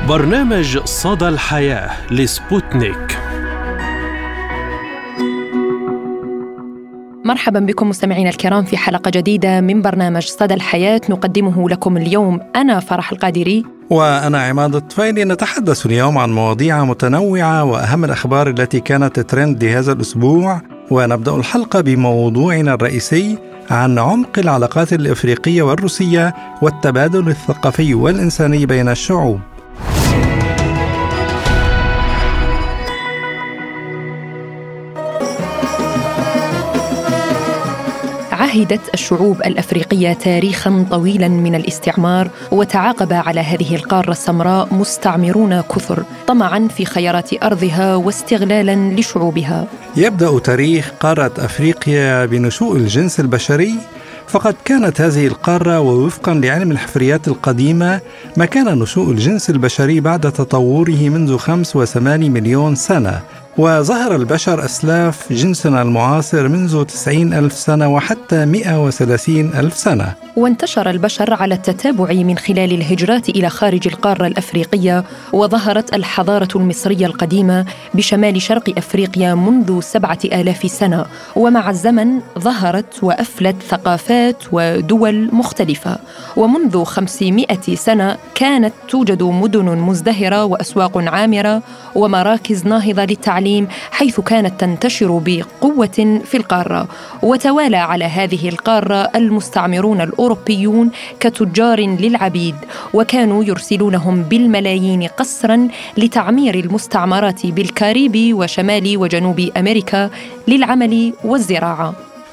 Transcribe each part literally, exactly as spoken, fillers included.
برنامج صدى الحياة لسبوتنيك. مرحبا بكم مستمعينا الكرام في حلقة جديدة من برنامج صدى الحياة نقدمه لكم اليوم. أنا فرح القادري وأنا عماد الطفيلي. نتحدث اليوم عن مواضيع متنوعة وأهم الأخبار التي كانت ترند لهذا الأسبوع، ونبدأ الحلقة بموضوعنا الرئيسي عن عمق العلاقات الإفريقية والروسية والتبادل الثقافي والإنساني بين الشعوب. عهدت الشعوب الأفريقية تاريخاً طويلاً من الاستعمار، وتعاقب على هذه القارة السمراء مستعمرون كثر طمعاً في خيرات أرضها واستغلالاً لشعوبها. يبدأ تاريخ قارة أفريقيا بنشوء الجنس البشري، فقد كانت هذه القارة ووفقاً لعلم الحفريات القديمة مكان نشوء الجنس البشري بعد تطوره منذ خمس وثمانين مليون سنة، وظهر البشر أسلاف جنسنا المعاصر منذ تسعين ألف سنة وحتى مئة وثلاثين ألف سنة. وانتشر البشر على التتابع من خلال الهجرات إلى خارج القارة الأفريقية، وظهرت الحضارة المصرية القديمة بشمال شرق أفريقيا منذ سبعة آلاف سنة، ومع الزمن ظهرت وأفلت ثقافات ودول مختلفة. ومنذ خمسمائة سنة كانت توجد مدن مزدهرة وأسواق عامرة ومراكز ناهضة للتعليم، حيث كانت تنتشر بقوة في القارة. وتوالى على هذه القارة المستعمرون الأوروبيون كتجار للعبيد، وكانوا يرسلونهم بالملايين قسرا لتعمير المستعمرات بالكاريبي وشمال وجنوب أمريكا للعمل والزراعة.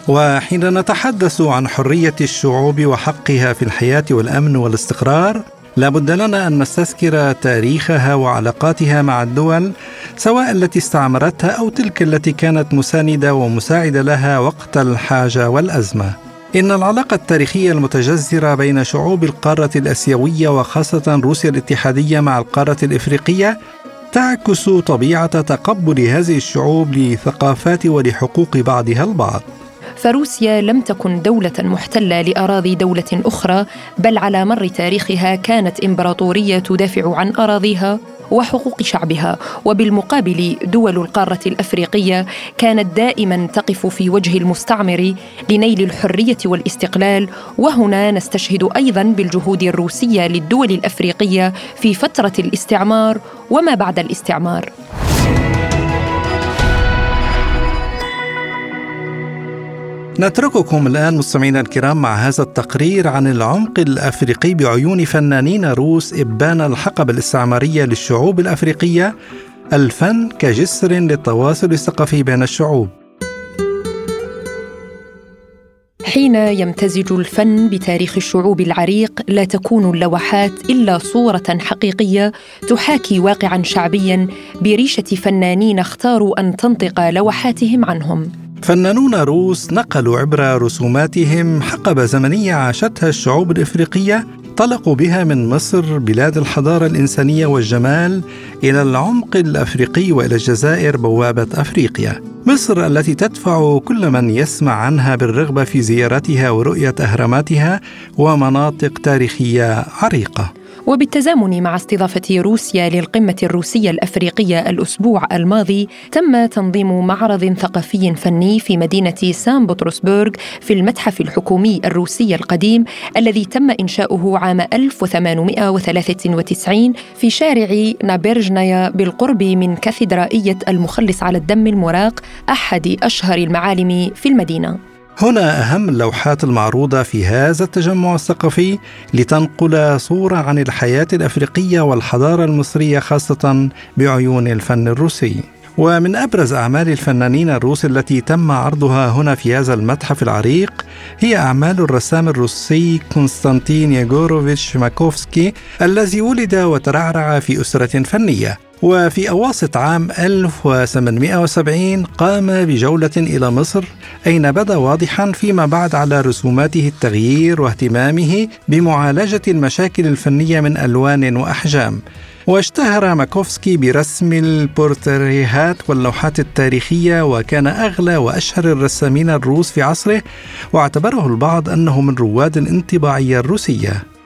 وحين نتحدث عن حرية الشعوب وحقها في الحياة والأمن والاستقرار، لابد لنا أن نستذكر تاريخها وعلاقاتها مع الدول، سواء التي استعمرتها أو تلك التي كانت مساندة ومساعدة لها وقت الحاجة والأزمة. إن العلاقة التاريخية المتجذرة بين شعوب القارة الآسيوية وخاصة روسيا الاتحادية مع القارة الإفريقية تعكس طبيعة تقبل هذه الشعوب لثقافات ولحقوق بعضها البعض. فروسيا لم تكن دولة محتلة لأراضي دولة أخرى، بل على مر تاريخها كانت إمبراطورية تدافع عن أراضيها وحقوق شعبها. وبالمقابل دول القارة الأفريقية كانت دائما تقف في وجه المستعمر لنيل الحرية والاستقلال. وهنا نستشهد أيضا بالجهود الروسية للدول الأفريقية في فترة الاستعمار وما بعد الاستعمار. نترككم الآن مستمعينا الكرام مع هذا التقرير عن العمق الأفريقي بعيون فنانين روس إبان الحقبة الاستعمارية للشعوب الأفريقية، الفن كجسر للتواصل الثقافي بين الشعوب. حين يمتزج الفن بتاريخ الشعوب العريق، لا تكون اللوحات إلا صورة حقيقية تحاكي واقعاً شعبياً بريشة فنانين اختاروا أن تنطق لوحاتهم عنهم. فنانون روس نقلوا عبر رسوماتهم حقبة زمنية عاشتها الشعوب الإفريقية، طلقوا بها من مصر بلاد الحضارة الإنسانية والجمال إلى العمق الأفريقي وإلى الجزائر بوابة أفريقيا. مصر التي تدفع كل من يسمع عنها بالرغبة في زيارتها ورؤية أهراماتها ومناطق تاريخية عريقة. وبالتزامن مع استضافة روسيا للقمة الروسية الأفريقية الأسبوع الماضي، تم تنظيم معرض ثقافي فني في مدينة سان بطرسبرغ في المتحف الحكومي الروسي القديم، الذي تم إنشاؤه عام ألف وثمانمائة وثلاثة وتسعين في شارع نابرجنايا بالقرب من كاتدرائية المخلص على الدم المراق، أحد أشهر المعالم في المدينة. هنا أهم اللوحات المعروضة في هذا التجمع الثقافي لتنقل صورة عن الحياة الأفريقية والحضارة المصرية خاصة بعيون الفن الروسي. ومن أبرز أعمال الفنانين الروس التي تم عرضها هنا في هذا المتحف العريق هي أعمال الرسام الروسي كونستانتين ييغوروفيتش ماكوفسكي، الذي ولد وترعرع في أسرة فنية. وفي أواسط عام ألف وثمانمائة وسبعين قام بجولة إلى مصر، أين بدا واضحا فيما بعد على رسوماته التغيير واهتمامه بمعالجة المشاكل الفنية من ألوان وأحجام. واشتهر ماكوفسكي برسم البورتريهات واللوحات التاريخية، وكان أغلى وأشهر الرسامين الروس في عصره، واعتبره البعض أنه من رواد الانطباعية الروسية.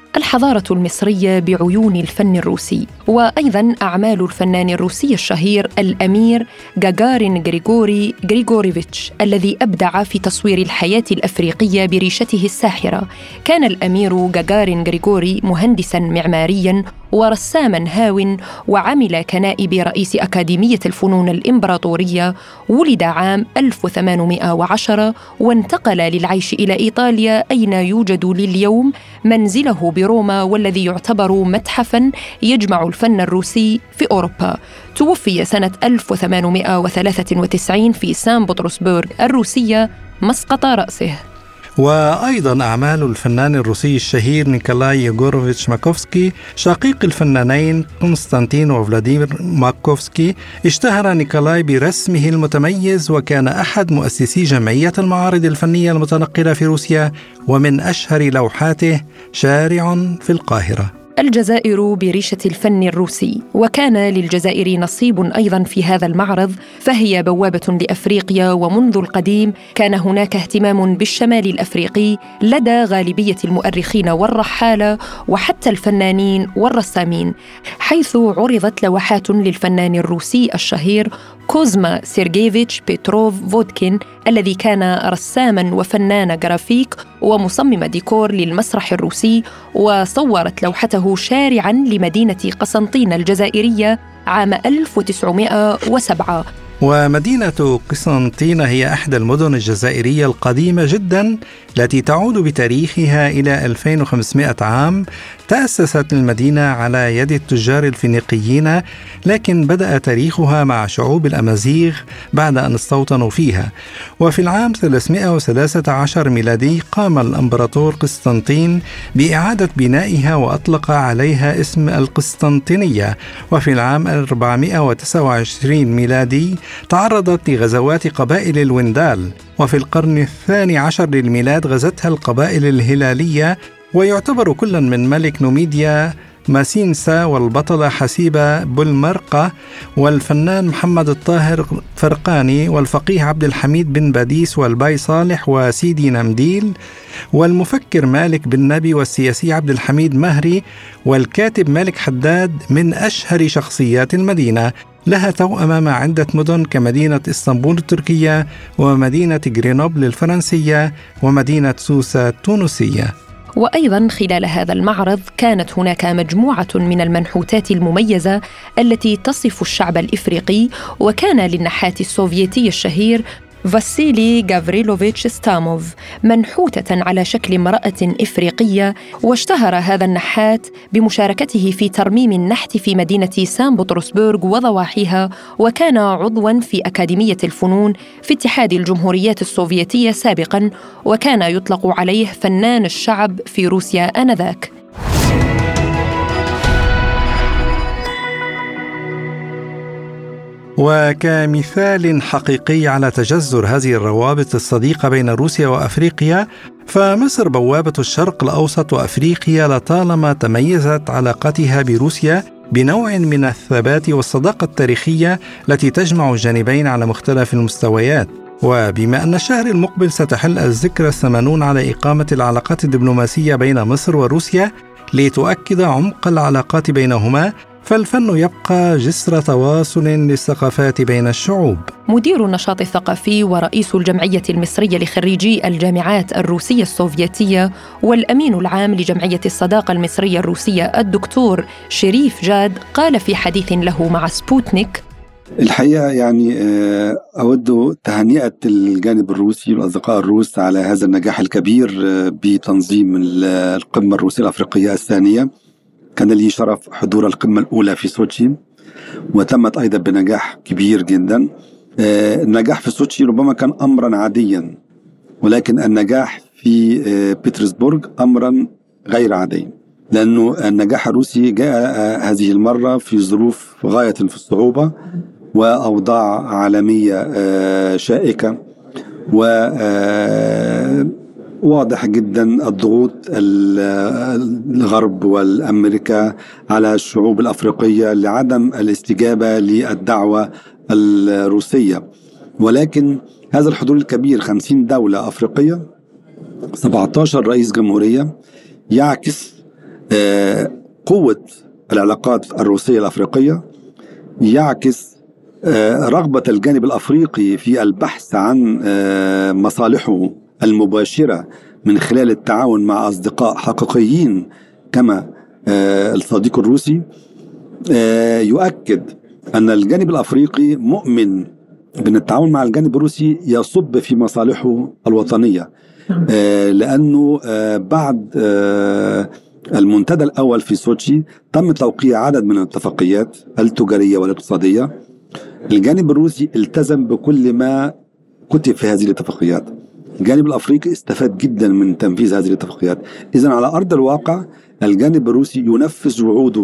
الحضارة المصرية بعيون الفن الروسي، وأيضاً أعمال الفنان الروسي الشهير الأمير غاغارين غريغوري غريغوريفيتش الذي أبدع في تصوير الحياة الأفريقية بريشته الساحرة. كان الأمير غاغارين غريغوري مهندساً معمارياً ورساماً هاو، وعمل كنائب رئيس أكاديمية الفنون الإمبراطورية. ولد عام ألف وثمانمائة وعشرة وانتقل للعيش إلى إيطاليا، أين يوجد لليوم منزله بروما، والذي يعتبر متحفاً يجمع الفن الروسي في أوروبا. توفي سنة ألف وثمانمائة وثلاثة وتسعين في سان بطرسبرغ الروسية مسقط رأسه. وأيضا أعمال الفنان الروسي الشهير نيكولاي يغوروفيتش ماكوفسكي شقيق الفنانين قسطنطين وفلاديمير ماكوفسكي. اشتهر نيكولاي برسمه المتميز، وكان أحد مؤسسي جمعية المعارض الفنية المتنقلة في روسيا، ومن أشهر لوحاته شارع في القاهرة. الجزائر بريشة الفن الروسي، وكان للجزائر نصيب أيضاً في هذا المعرض، فهي بوابة لأفريقيا. ومنذ القديم كان هناك اهتمام بالشمال الأفريقي لدى غالبية المؤرخين والرحالة وحتى الفنانين والرسامين، حيث عرضت لوحات للفنان الروسي الشهير كوزما سيرغيفيتش بيتروف فودكين، الذي كان رساماً وفنان جرافيك ومصمم ديكور للمسرح الروسي. وصورت لوحته شارعاً لمدينة قسنطين الجزائرية عام ألف وتسعمائة وسبعة. ومدينة قسنطين هي إحدى المدن الجزائرية القديمة جدا التي تعود بتاريخها إلى ألفين وخمسمائة عام. تأسست المدينة على يد التجار الفينيقيين، لكن بدأ تاريخها مع شعوب الأمازيغ بعد أن استوطنوا فيها. وفي العام ثلاثمائة وثلاثة عشر ميلادي قام الإمبراطور قسطنطين بإعادة بنائها وأطلق عليها اسم القسطنطينية. وفي العام أربعمائة وتسعة وعشرين ميلادي تعرضت لغزوات قبائل الوندال، وفي القرن الثاني عشر للميلاد غزتها القبائل الهلالية. ويعتبر كل من ملك نوميديا ماسينسا والبطلة حسيبة بولمرقة والفنان محمد الطاهر فرقاني والفقيه عبد الحميد بن باديس والباي صالح وسيدي نمديل والمفكر مالك بن نبي والسياسي عبد الحميد مهري والكاتب مالك حداد من أشهر شخصيات المدينة. لها توأم مع عدة مدن كمدينة إسطنبول التركية ومدينة غرينوبل الفرنسية ومدينة سوسة التونسية. وأيضاً خلال هذا المعرض كانت هناك مجموعة من المنحوتات المميزة التي تصف الشعب الإفريقي. وكان للنحات السوفيتي الشهير فاسيلي غافريلوفيتش ستاموف منحوتة على شكل امرأة إفريقية، واشتهر هذا النحات بمشاركته في ترميم النحت في مدينة سان بطرسبرغ وضواحيها، وكان عضواً في أكاديمية الفنون في اتحاد الجمهوريات السوفيتية سابقاً، وكان يطلق عليه فنان الشعب في روسيا آنذاك. وكمثال حقيقي على تجذر هذه الروابط الصديقة بين روسيا وأفريقيا، فمصر بوابة الشرق الأوسط وأفريقيا لطالما تميزت علاقتها بروسيا بنوع من الثبات والصداقة التاريخية التي تجمع الجانبين على مختلف المستويات. وبما أن الشهر المقبل ستحل الذكرى الثمانون على إقامة العلاقات الدبلوماسية بين مصر وروسيا لتؤكد عمق العلاقات بينهما، فالفن يبقى جسر تواصل للثقافات بين الشعوب. مدير النشاط الثقافي ورئيس الجمعية المصرية لخريجي الجامعات الروسية السوفيتية والأمين العام لجمعية الصداقة المصرية الروسية الدكتور شريف جاد قال في حديث له مع سبوتنيك: الحقيقة يعني أود تهنئة الجانب الروسي والأصدقاء الروس على هذا النجاح الكبير بتنظيم القمة الروسية الأفريقية الثانية. كان لي شرف حضور القمة الأولى في سوتشي، وتمت أيضا بنجاح كبير جدا. النجاح في سوتشي ربما كان أمرا عاديا، ولكن النجاح في بيترسبورغ أمرا غير عادي، لأنه النجاح الروسي جاء هذه المرة في ظروف غاية في الصعوبة وأوضاع عالمية شائكة، وواضح جدا الضغوط الغرب والأمريكا على الشعوب الأفريقية لعدم الاستجابة للدعوة الروسية. ولكن هذا الحضور الكبير، خمسين دولة أفريقية، سبعة عشر رئيس جمهورية، يعكس قوة العلاقات الروسية الأفريقية يعكس رغبة الجانب الأفريقي في البحث عن مصالحه المباشرة من خلال التعاون مع أصدقاء حقيقيين كما الصديق الروسي. يؤكد أن الجانب الأفريقي مؤمن بأن التعاون مع الجانب الروسي يصب في مصالحه الوطنية، لأنه بعد المنتدى الأول في سوتشي تم توقيع عدد من الاتفاقيات التجارية والاقتصادية. الجانب الروسي التزم بكل ما كتب في هذه الاتفاقيات، الجانب الأفريقي استفاد جدا من تنفيذ هذه الاتفاقيات. إذن على أرض الواقع الجانب الروسي ينفذ وعوده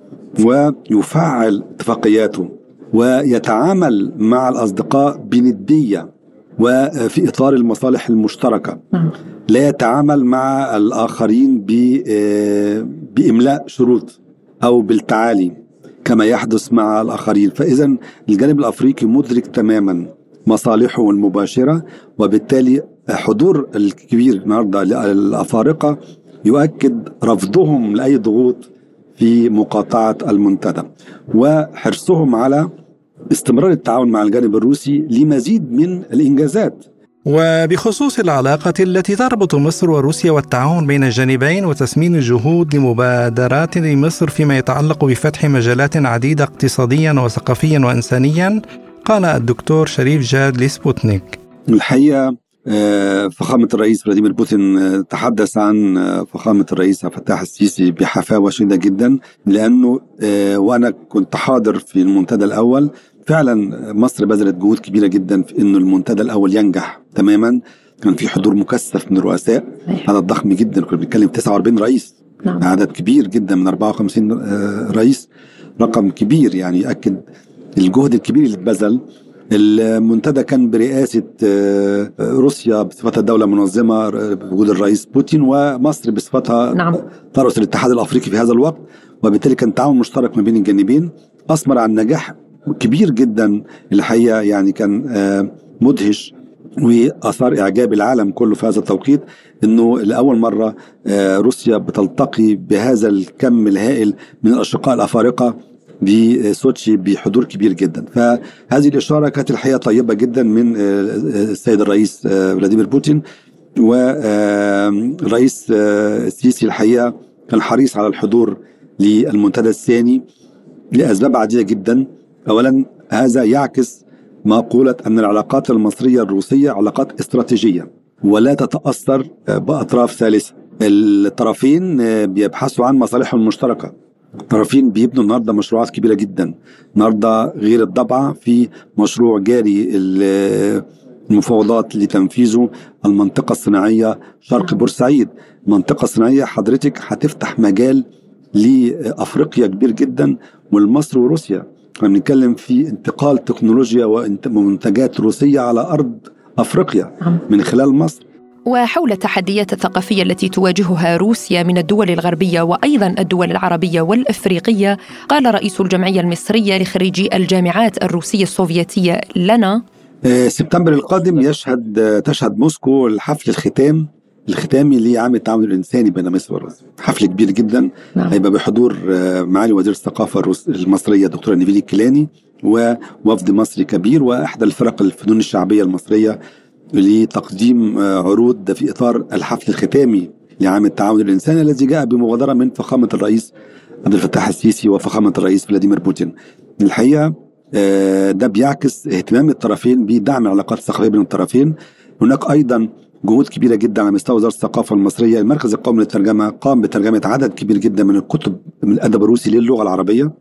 ويفعل اتفاقياته ويتعامل مع الأصدقاء بندية وفي إطار المصالح المشتركة، لا يتعامل مع الآخرين بإملاء شروط أو بالتعالي كما يحدث مع الآخرين. فإذا الجانب الأفريقي مدرك تماما مصالحه المباشرة، وبالتالي حضور الكبير النهارده للأفارقة يؤكد رفضهم لأي ضغوط في مقاطعة المنتدى وحرصهم على استمرار التعاون مع الجانب الروسي لمزيد من الإنجازات. وبخصوص العلاقة التي تربط مصر وروسيا والتعاون بين الجانبين وتسمين الجهود لمبادرات لمصر فيما يتعلق بفتح مجالات عديدة اقتصاديا وثقافيا وإنسانيا، قال الدكتور شريف جاد لسبوتنيك: الحقيقة فخامة الرئيس فلاديمير بوتين تحدث عن فخامة الرئيس عبد الفتاح السيسي بحفاوة شديدة جدا، لأنه وأنا كنت حاضر في المنتدى الأول فعلا مصر بذلت جهود كبيرة جدا في أنه المنتدى الأول ينجح تماما. كان في حضور مكثف من الرؤساء، عدد ضخم جدا، كنا بنتكلم تسعة وأربعين رئيس، نعم. عدد كبير جدا من أربعة وخمسين رئيس، رقم كبير يعني يؤكد الجهد الكبير اللي اتبذل. المنتدى كان برئاسة روسيا بصفتها دولة منظمة بوجود الرئيس بوتين، ومصر بصفتها نعم. ترأس الاتحاد الأفريقي في هذا الوقت، وبالتالي كان تعاون مشترك ما بين الجانبين أثمر عن نجاح كبير جدا الحقيقة. يعني كان مدهش وأثار إعجاب العالم كله في هذا التوقيت، أنه لأول مرة روسيا بتلتقي بهذا الكم الهائل من الأشقاء الأفارقة بسوتشي بحضور كبير جدا. فهذه الإشارة كانت الحقيقة طيبة جدا من السيد الرئيس فلاديمير بوتين، والرئيس السيسي الحقيقة كان حريص على الحضور للمنتدى الثاني لأسباب عديدة جدا. أولا هذا يعكس مقولة أن العلاقات المصرية الروسية علاقات استراتيجية ولا تتأثر بأطراف ثالثة. الطرفين بيبحثوا عن مصالحهم المشتركة، الطرفين بيبنوا النهاردة مشروعات كبيرة جدا. النهاردة غير الضبعة في مشروع جاري المفاوضات لتنفيذه المنطقة الصناعية شرق بورسعيد. المنطقة الصناعية حضرتك هتفتح مجال لأفريقيا كبير جدا والمصر وروسيا. بنتكلم في انتقال تكنولوجيا ومنتجات روسية على أرض أفريقيا من خلال مصر. وحول التحديات الثقافية التي تواجهها روسيا من الدول الغربية وأيضا الدول العربية والإفريقية، قال رئيس الجمعية المصرية لخريجي الجامعات الروسية السوفيتية لنا: سبتمبر القادم يشهد تشهد موسكو الحفل الختام الختامي لعام التعاون الإنساني بين مصر وروسيا، حفل كبير جدا نعم. هيبقى بحضور معالي وزير الثقافة المصرية الدكتورة نيفيل الكيلاني ووفد مصري كبير وإحدى الفرق الفنون الشعبية المصرية لتقديم عروض في إطار الحفل الختامي لعام التعاون الإنساني الذي جاء بمبادرة من فخامة الرئيس عبد الفتاح السيسي وفخامة الرئيس فلاديمير بوتين. الحقيقة ده بيعكس اهتمام الطرفين بدعم العلاقات الثقافية بين الطرفين. هناك أيضا جهود كبيرة جدا على مستوى وزارة الثقافة المصرية. المركز القومي للترجمة قام بترجمة عدد كبير جدا من الكتب من الأدب الروسي للغة العربية،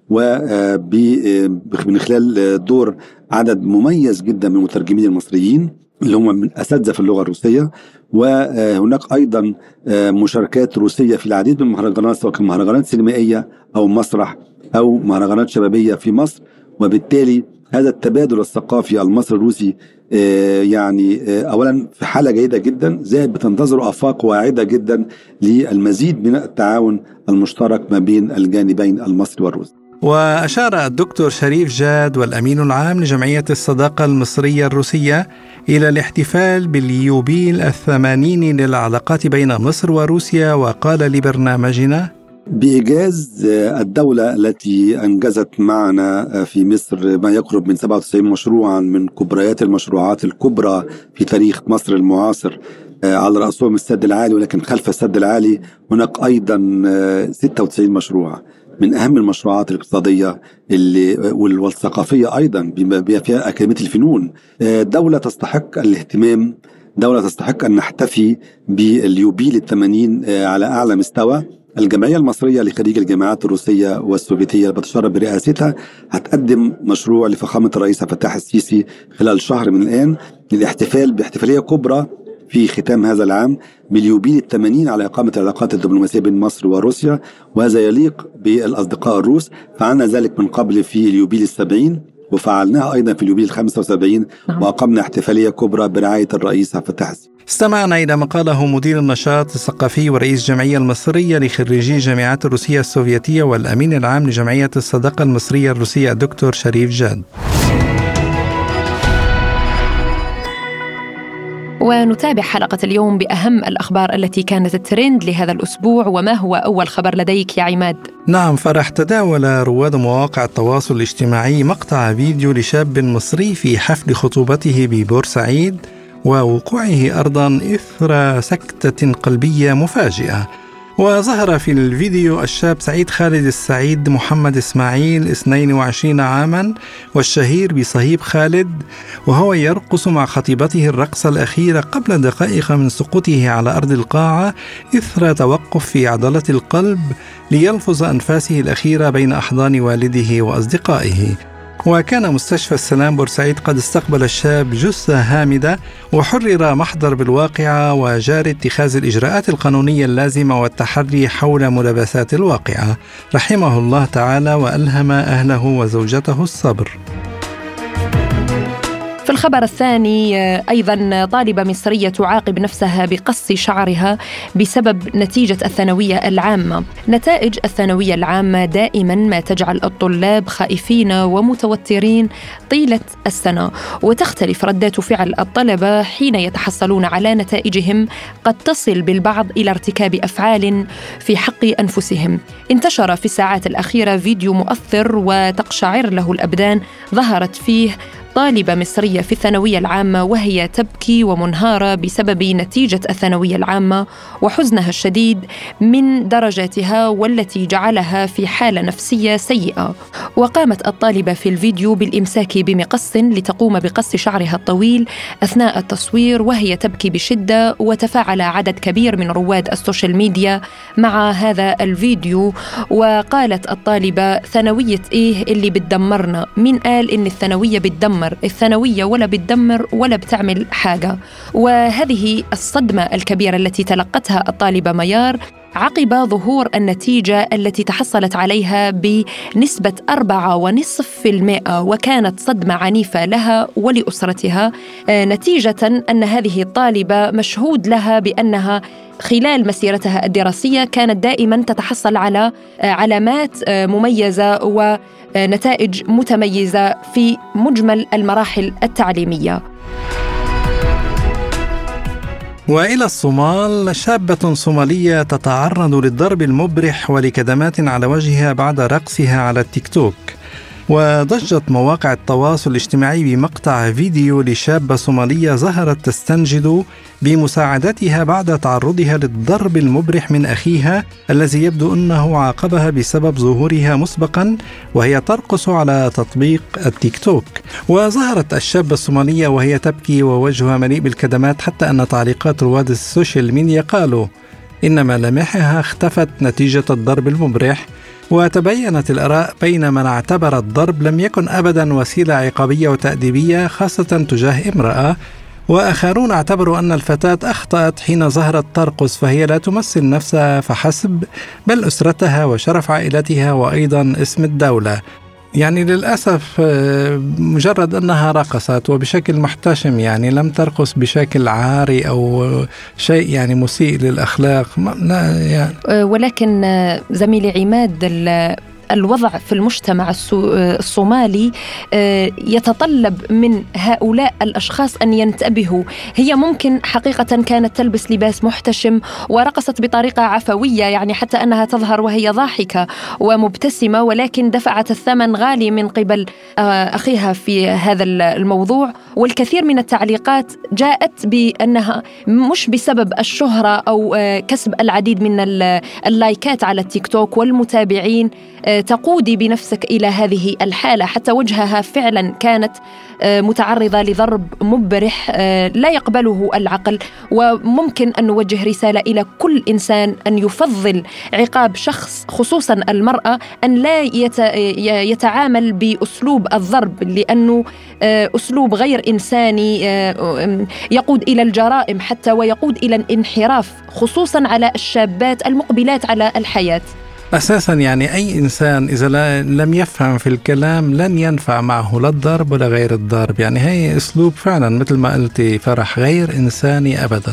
ومن خلال دور عدد مميز جدا من المترجمين المصريين اللي هم من أساتذة في اللغة الروسية. وهناك أيضا مشاركات روسية في العديد من المهرجانات، سواء كان مهرجانات سينمائية أو مسرح أو مهرجانات شبابية في مصر. وبالتالي هذا التبادل الثقافي المصري الروسي يعني أولا في حالة جيدة جدا، زائد بتنتظر آفاق واعدة جدا للمزيد من التعاون المشترك ما بين الجانبين المصري والروسي. وأشار الدكتور شريف جاد والأمين العام لجمعية الصداقة المصرية الروسية إلى الاحتفال باليوبيل الثمانين للعلاقات بين مصر وروسيا، وقال لبرنامجنا: بإيجاز الدولة التي أنجزت معنا في مصر ما يقرب من سبعة وتسعين مشروعا من كبريات المشروعات الكبرى في تاريخ مصر المعاصر، على رأسهم السد العالي، ولكن خلف السد العالي هناك أيضا ستة وتسعين مشروع من أهم المشروعات الاقتصادية اللي والثقافية أيضا بما فيها أكاديمية الفنون. دولة تستحق الاهتمام، دولة تستحق أن نحتفي باليوبيل الثمانين على أعلى مستوى. الجمعية المصرية لخريج الجامعات الروسية والسوفيتية اللي بتشرف برئاستها هتقدم مشروع لفخامة الرئيس عبد الفتاح السيسي خلال شهر من الآن للاحتفال باحتفالية كبرى في ختام هذا العام باليوبيل الثمانين على إقامة العلاقات الدبلوماسية بين مصر وروسيا، وهذا يليق بالأصدقاء الروس. فعلنا ذلك من قبل في اليوبيل السبعين، وفعلناها أيضا في اليوبيل الخامسة وسبعين، وأقمنا احتفالية كبرى برعاية الرئيس عبد الفتاح السيسي. استمعنا إلى ما قاله مدير النشاط الثقافي ورئيس الجمعية المصرية لخريجي الجامعات الروسية السوفيتية والأمين العام لجمعية الصداقة المصرية الروسية الدكتور شريف جاد. ونتابع حلقة اليوم بأهم الأخبار التي كانت الترند لهذا الأسبوع. وما هو أول خبر لديك يا عماد؟ نعم فرح، تداول رواد مواقع التواصل الاجتماعي مقطع فيديو لشاب مصري في حفل خطوبته ببورسعيد ووقوعه أرضا إثر سكتة قلبية مفاجئة. وظهر في الفيديو الشاب سعيد خالد السعيد محمد إسماعيل اثنين وعشرين عاما والشهير بصهيب خالد، وهو يرقص مع خطيبته الرقصة الأخيرة قبل دقائق من سقوطه على أرض القاعة إثر توقف في عضلة القلب ليلفظ أنفاسه الأخيرة بين أحضان والده وأصدقائه. وكان مستشفى السلام بورسعيد قد استقبل الشاب جثة هامدة، وحرر محضر بالواقعة وجاري اتخاذ الإجراءات القانونية اللازمة والتحري حول ملابسات الواقعة، رحمه الله تعالى وألهم أهله وزوجته الصبر. في الخبر الثاني أيضا طالبة مصرية تعاقب نفسها بقص شعرها بسبب نتيجة الثانوية العامة. نتائج الثانوية العامة دائما ما تجعل الطلاب خائفين ومتوترين طيلة السنة، وتختلف ردات فعل الطلبة حين يتحصلون على نتائجهم، قد تصل بالبعض إلى ارتكاب أفعال في حق أنفسهم. انتشر في الساعات الأخيرة فيديو مؤثر وتقشعر له الأبدان ظهرت فيه طالبة مصرية في الثانوية العامة وهي تبكي ومنهارة بسبب نتيجة الثانوية العامة وحزنها الشديد من درجاتها، والتي جعلها في حالة نفسية سيئة. وقامت الطالبة في الفيديو بالإمساك بمقص لتقوم بقص شعرها الطويل أثناء التصوير وهي تبكي بشدة، وتفاعل عدد كبير من رواد السوشيال ميديا مع هذا الفيديو. وقالت الطالبة: ثانوية إيه اللي بتدمرنا؟ مين قال إن الثانوية بتدمر؟ الثانوية ولا بتدمر ولا بتعمل حاجة. وهذه الصدمة الكبيرة التي تلقتها الطالبة ميار عقب ظهور النتيجة التي تحصلت عليها بنسبة أربعة ونصف في المئة، وكانت صدمة عنيفة لها ولأسرتها، نتيجة أن هذه الطالبة مشهود لها بأنها خلال مسيرتها الدراسية كانت دائما تتحصل على علامات مميزة ونتائج متميزة في مجمل المراحل التعليمية. وإلى الصومال، شابة صومالية تتعرض للضرب المبرح ولكدمات على وجهها بعد رقصها على التيك توك. وضجت مواقع التواصل الاجتماعي بمقطع فيديو لشابة صومالية ظهرت تستنجد بمساعدتها بعد تعرضها للضرب المبرح من أخيها الذي يبدو أنه عاقبها بسبب ظهورها مسبقا وهي ترقص على تطبيق التيك توك. وظهرت الشابة الصومالية وهي تبكي ووجهها مليء بالكدمات، حتى أن تعليقات رواد السوشيال ميديا قالوا إن ملامحها اختفت نتيجة الضرب المبرح. وتبينت الآراء بين من اعتبر الضرب لم يكن أبدا وسيلة عقابية وتأديبية خاصة تجاه امرأة، وآخرون اعتبروا أن الفتاة أخطأت حين ظهرت ترقص، فهي لا تمثل نفسها فحسب بل أسرتها وشرف عائلتها وأيضا اسم الدولة. يعني للأسف مجرد أنها رقصت وبشكل محتشم، يعني لم ترقص بشكل عاري أو شيء يعني مسيء للأخلاق. لا يعني. ولكن زميلي عماد، الوضع في المجتمع الصومالي يتطلب من هؤلاء الأشخاص أن ينتبهوا. هي ممكن حقيقة كانت تلبس لباس محتشم ورقصت بطريقة عفوية، يعني حتى أنها تظهر وهي ضاحكة ومبتسمة، ولكن دفعت الثمن غالي من قبل أخيها في هذا الموضوع. والكثير من التعليقات جاءت بأنها مش بسبب الشهرة أو كسب العديد من اللايكات على التيك توك والمتابعين تقودي بنفسك إلى هذه الحالة، حتى وجهها فعلا كانت متعرضة لضرب مبرح لا يقبله العقل. وممكن أن نوجه رسالة إلى كل إنسان أن يفضل عقاب شخص خصوصا المرأة، أن لا يتعامل بأسلوب الضرب، لأنه أسلوب غير إنساني يقود إلى الجرائم حتى ويقود إلى الانحراف، خصوصا على الشابات المقبلات على الحياة. أساساً يعني أي إنسان إذا لم يفهم في الكلام لن ينفع معه لا الضرب ولا غير الضرب. يعني هي أسلوب فعلاً مثل ما قلتي فرح غير إنساني أبداً.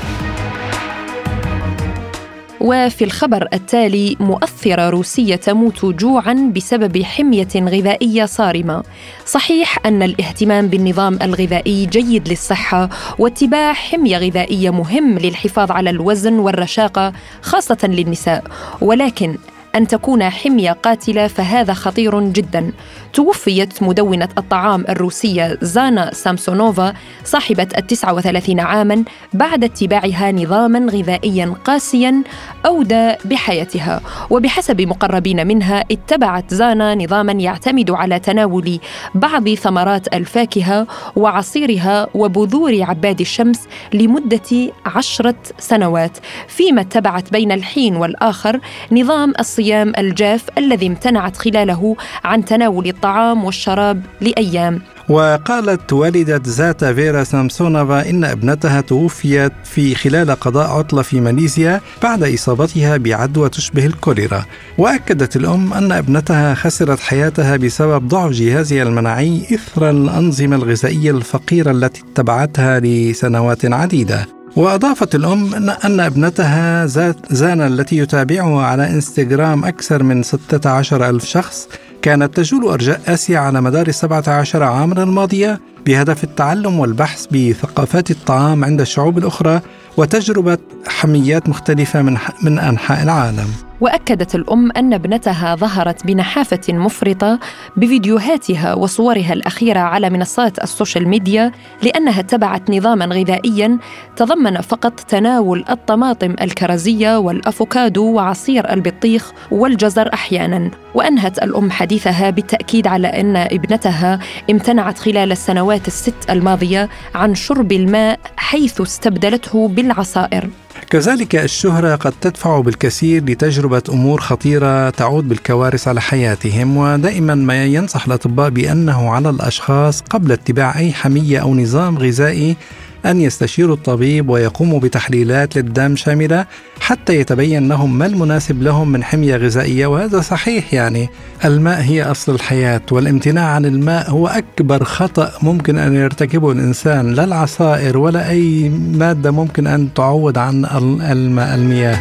وفي الخبر التالي، مؤثرة روسية تموت جوعاً بسبب حمية غذائية صارمة. صحيح أن الاهتمام بالنظام الغذائي جيد للصحة، واتباع حمية غذائية مهم للحفاظ على الوزن والرشاقة خاصة للنساء، ولكن أن تكون حمية قاتلة فهذا خطير جدا. توفيت مدونة الطعام الروسية زانا سامسونوفا صاحبة التسعة وثلاثين عاما بعد اتباعها نظاما غذائيا قاسيا أودى بحياتها. وبحسب مقربين منها، اتبعت زانا نظاما يعتمد على تناول بعض ثمرات الفاكهة وعصيرها وبذور عباد الشمس لمدة عشرة سنوات، فيما اتبعت بين الحين والآخر نظام الصيام الجاف الذي امتنعت خلاله عن تناول الطعام والشراب لأيام. وقالت والدة زاتا فيرا سامسونوفا إن ابنتها توفيت في خلال قضاء عطلة في ماليزيا بعد إصابتها بعدوى تشبه الكوليرا. وأكدت الأم أن ابنتها خسرت حياتها بسبب ضعف جهازها المناعي إثر الأنظمة الغذائية الفقيرة التي اتبعتها لسنوات عديدة. وأضافت الأم أن, أن ابنتها زانا التي يتابعها على إنستغرام أكثر من ستة عشر ألف شخص كانت تجول أرجاء آسيا على مدار السبعة عشر عاما الماضية بهدف التعلم والبحث بثقافات الطعام عند الشعوب الأخرى وتجربة حميات مختلفة من, من أنحاء العالم. وأكدت الأم أن ابنتها ظهرت بنحافة مفرطة بفيديوهاتها وصورها الأخيرة على منصات السوشيال ميديا لأنها اتبعت نظاماً غذائياً تضمن فقط تناول الطماطم الكرزية والأفوكادو وعصير البطيخ والجزر أحياناً. وأنهت الأم حديثها بالتأكيد على أن ابنتها امتنعت خلال السنوات الست الماضية عن شرب الماء حيث استبدلته بالعصائر. كذلك الشهرة قد تدفع بالكثير لتجربة أمور خطيرة تعود بالكوارث على حياتهم. ودائما ما ينصح الأطباء بأنه على الأشخاص قبل اتباع أي حمية أو نظام غذائي أن يستشيروا الطبيب ويقوموا بتحليلات للدم شاملة حتى يتبين لهم ما المناسب لهم من حمية غذائية. وهذا صحيح، يعني الماء هي أصل الحياة، والامتناع عن الماء هو أكبر خطأ ممكن أن يرتكبه الإنسان. لا العصائر ولا أي مادة ممكن أن تعوض عن الماء المياه.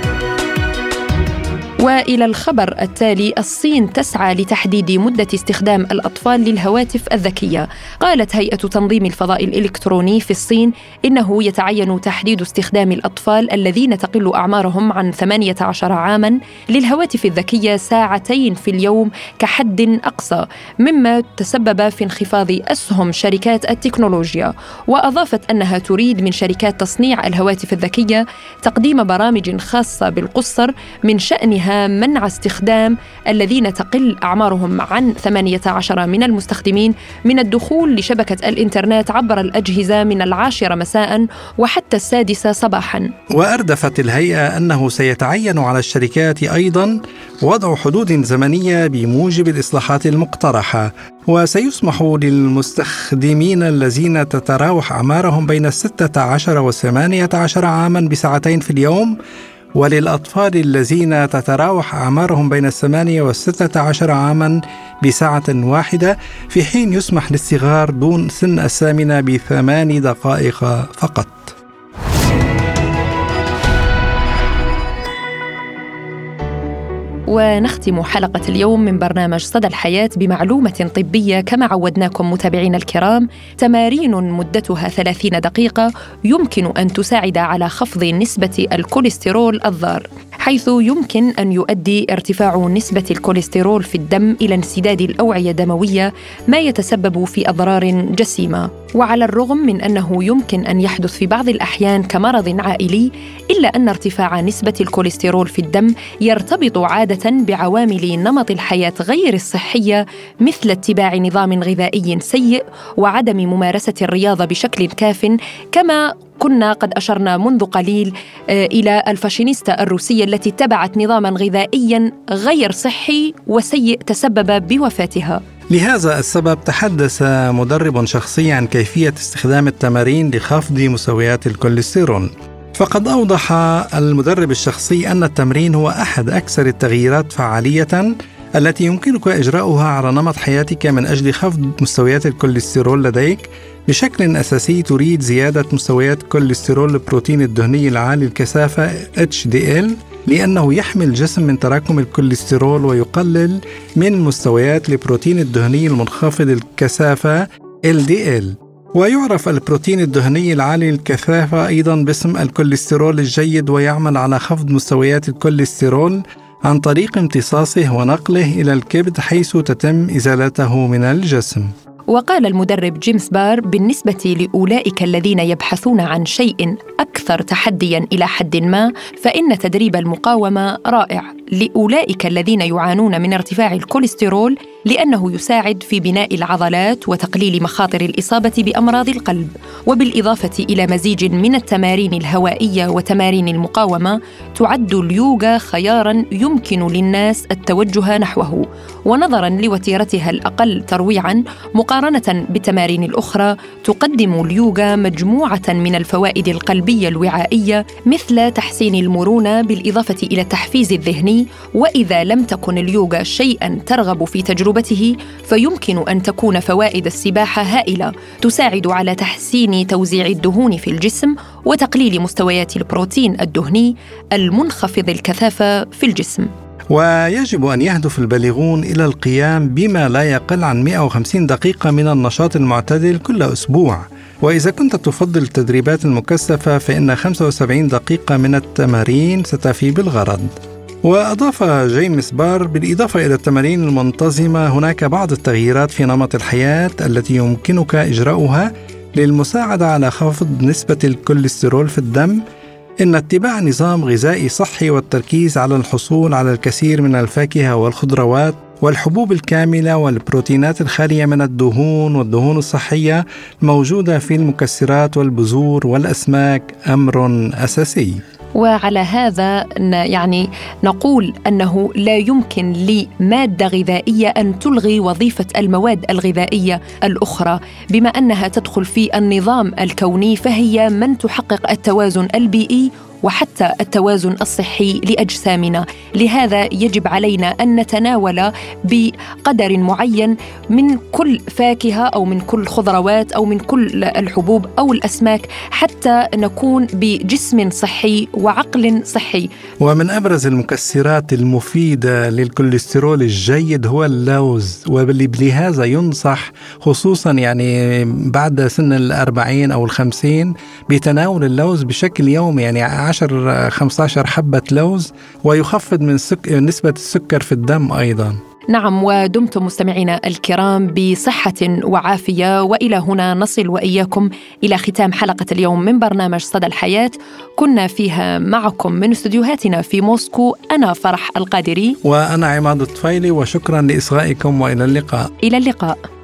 وإلى الخبر التالي، الصين تسعى لتحديد مدة استخدام الأطفال للهواتف الذكية. قالت هيئة تنظيم الفضاء الإلكتروني في الصين إنه يتعين تحديد استخدام الأطفال الذين تقل أعمارهم عن ثمانية عشر عاماً للهواتف الذكية ساعتين في اليوم كحد أقصى، مما تسبب في انخفاض أسهم شركات التكنولوجيا. وأضافت أنها تريد من شركات تصنيع الهواتف الذكية تقديم برامج خاصة بالقصر من شأنها منع استخدام الذين تقل أعمارهم عن ثمانية عشر من المستخدمين من الدخول لشبكة الإنترنت عبر الأجهزة من العاشرة مساء وحتى السادسة صباحا. وأردفت الهيئة أنه سيتعين على الشركات أيضا وضع حدود زمنية بموجب الإصلاحات المقترحة، وسيسمح للمستخدمين الذين تتراوح أعمارهم بين الستة عشر وثمانية عشر عاما بساعتين في اليوم، وللأطفال الذين تتراوح أعمارهم بين الثمانية والستة عشر عاما بساعة واحدة، في حين يسمح للصغار دون سن الثامنة بثمان دقائق فقط. ونختم حلقة اليوم من برنامج صدى الحياة بمعلومة طبية كما عودناكم متابعينا الكرام. تمارين مدتها ثلاثين دقيقة يمكن أن تساعد على خفض نسبة الكوليسترول الضار، حيث يمكن أن يؤدي ارتفاع نسبة الكوليسترول في الدم إلى انسداد الأوعية الدموية، ما يتسبب في أضرار جسيمة. وعلى الرغم من أنه يمكن أن يحدث في بعض الأحيان كمرض عائلي، إلا أن ارتفاع نسبة الكوليسترول في الدم يرتبط عادة بعوامل نمط الحياة غير الصحية، مثل اتباع نظام غذائي سيء وعدم ممارسة الرياضة بشكل كاف، كما كنا قد أشرنا منذ قليل إلى الفاشينيستا الروسية التي اتبعت نظاماً غذائياً غير صحي وسيء تسبب بوفاتها. لهذا السبب تحدث مدرب شخصي عن كيفية استخدام التمارين لخفض مستويات الكوليسترول. فقد أوضح المدرب الشخصي أن التمرين هو أحد أكثر التغييرات فعالية التي يمكنك إجراؤها على نمط حياتك من أجل خفض مستويات الكوليسترول لديك. بشكل أساسي تريد زيادة مستويات كوليسترول البروتين الدهني العالي الكثافة إتش دي إل، لأنه يحمي الجسم من تراكم الكوليسترول ويقلل من مستويات البروتين الدهني المنخفض الكثافة إل دي إل. ويعرف البروتين الدهني العالي الكثافة أيضا باسم الكوليسترول الجيد، ويعمل على خفض مستويات الكوليسترول عن طريق امتصاصه ونقله إلى الكبد، حيث تتم إزالته من الجسم. وقال المدرب جيمس بار: بالنسبة لأولئك الذين يبحثون عن شيء أكثر تحدياً إلى حد ما، فإن تدريب المقاومة رائع لأولئك الذين يعانون من ارتفاع الكوليسترول، لأنه يساعد في بناء العضلات وتقليل مخاطر الإصابة بأمراض القلب. وبالإضافة إلى مزيج من التمارين الهوائية وتمارين المقاومة، تعد اليوغا خياراً يمكن للناس التوجه نحوه. ونظراً لوتيرتها الأقل ترويعاً مقارنة بالتمارين الأخرى، تقدم اليوغا مجموعة من الفوائد القلبية الوعائية، مثل تحسين المرونة بالإضافة إلى التحفيز الذهني. وإذا لم تكن اليوغا شيئاً ترغب في تجربته، فيمكن أن تكون فوائد السباحة هائلة، تساعد على تحسين توزيع الدهون في الجسم وتقليل مستويات البروتين الدهني المنخفض الكثافة في الجسم. ويجب أن يهدف البالغون إلى القيام بما لا يقل عن مئة وخمسين دقيقة من النشاط المعتدل كل أسبوع. وإذا كنت تفضل التدريبات المكثفة، فإن خمسة وسبعين دقيقة من التمارين ستفي بالغرض. وأضاف جيمس بار: بالإضافة إلى التمارين المنتظمة، هناك بعض التغييرات في نمط الحياة التي يمكنك إجراؤها للمساعدة على خفض نسبة الكوليسترول في الدم. إن اتباع نظام غذائي صحي والتركيز على الحصول على الكثير من الفاكهة والخضروات والحبوب الكاملة والبروتينات الخالية من الدهون والدهون الصحية الموجودة في المكسرات والبذور والأسماك أمر أساسي. وعلى هذا يعني نقول أنه لا يمكن لمادة غذائية أن تلغي وظيفة المواد الغذائية الأخرى، بما أنها تدخل في النظام الكوني، فهي من تحقق التوازن البيئي وحتى التوازن الصحي لأجسامنا. لهذا يجب علينا أن نتناول بقدر معين من كل فاكهة أو من كل خضروات أو من كل الحبوب أو الأسماك، حتى نكون بجسم صحي وعقل صحي. ومن أبرز المكسرات المفيدة للكوليسترول الجيد هو اللوز، ولهذا ينصح خصوصا يعني بعد سن الأربعين أو الخمسين بتناول اللوز بشكل يومي، يعني عشر خمسة عشر حبة لوز، ويخفض من سك... نسبة السكر في الدم أيضا. نعم، ودمتم مستمعينا الكرام بصحة وعافية. وإلى هنا نصل وإياكم إلى ختام حلقة اليوم من برنامج صدى الحياة. كنا فيها معكم من استديوهاتنا في موسكو أنا فرح القادري وأنا عماد الطفيلي، وشكرا لإصغائكم وإلى اللقاء. إلى اللقاء.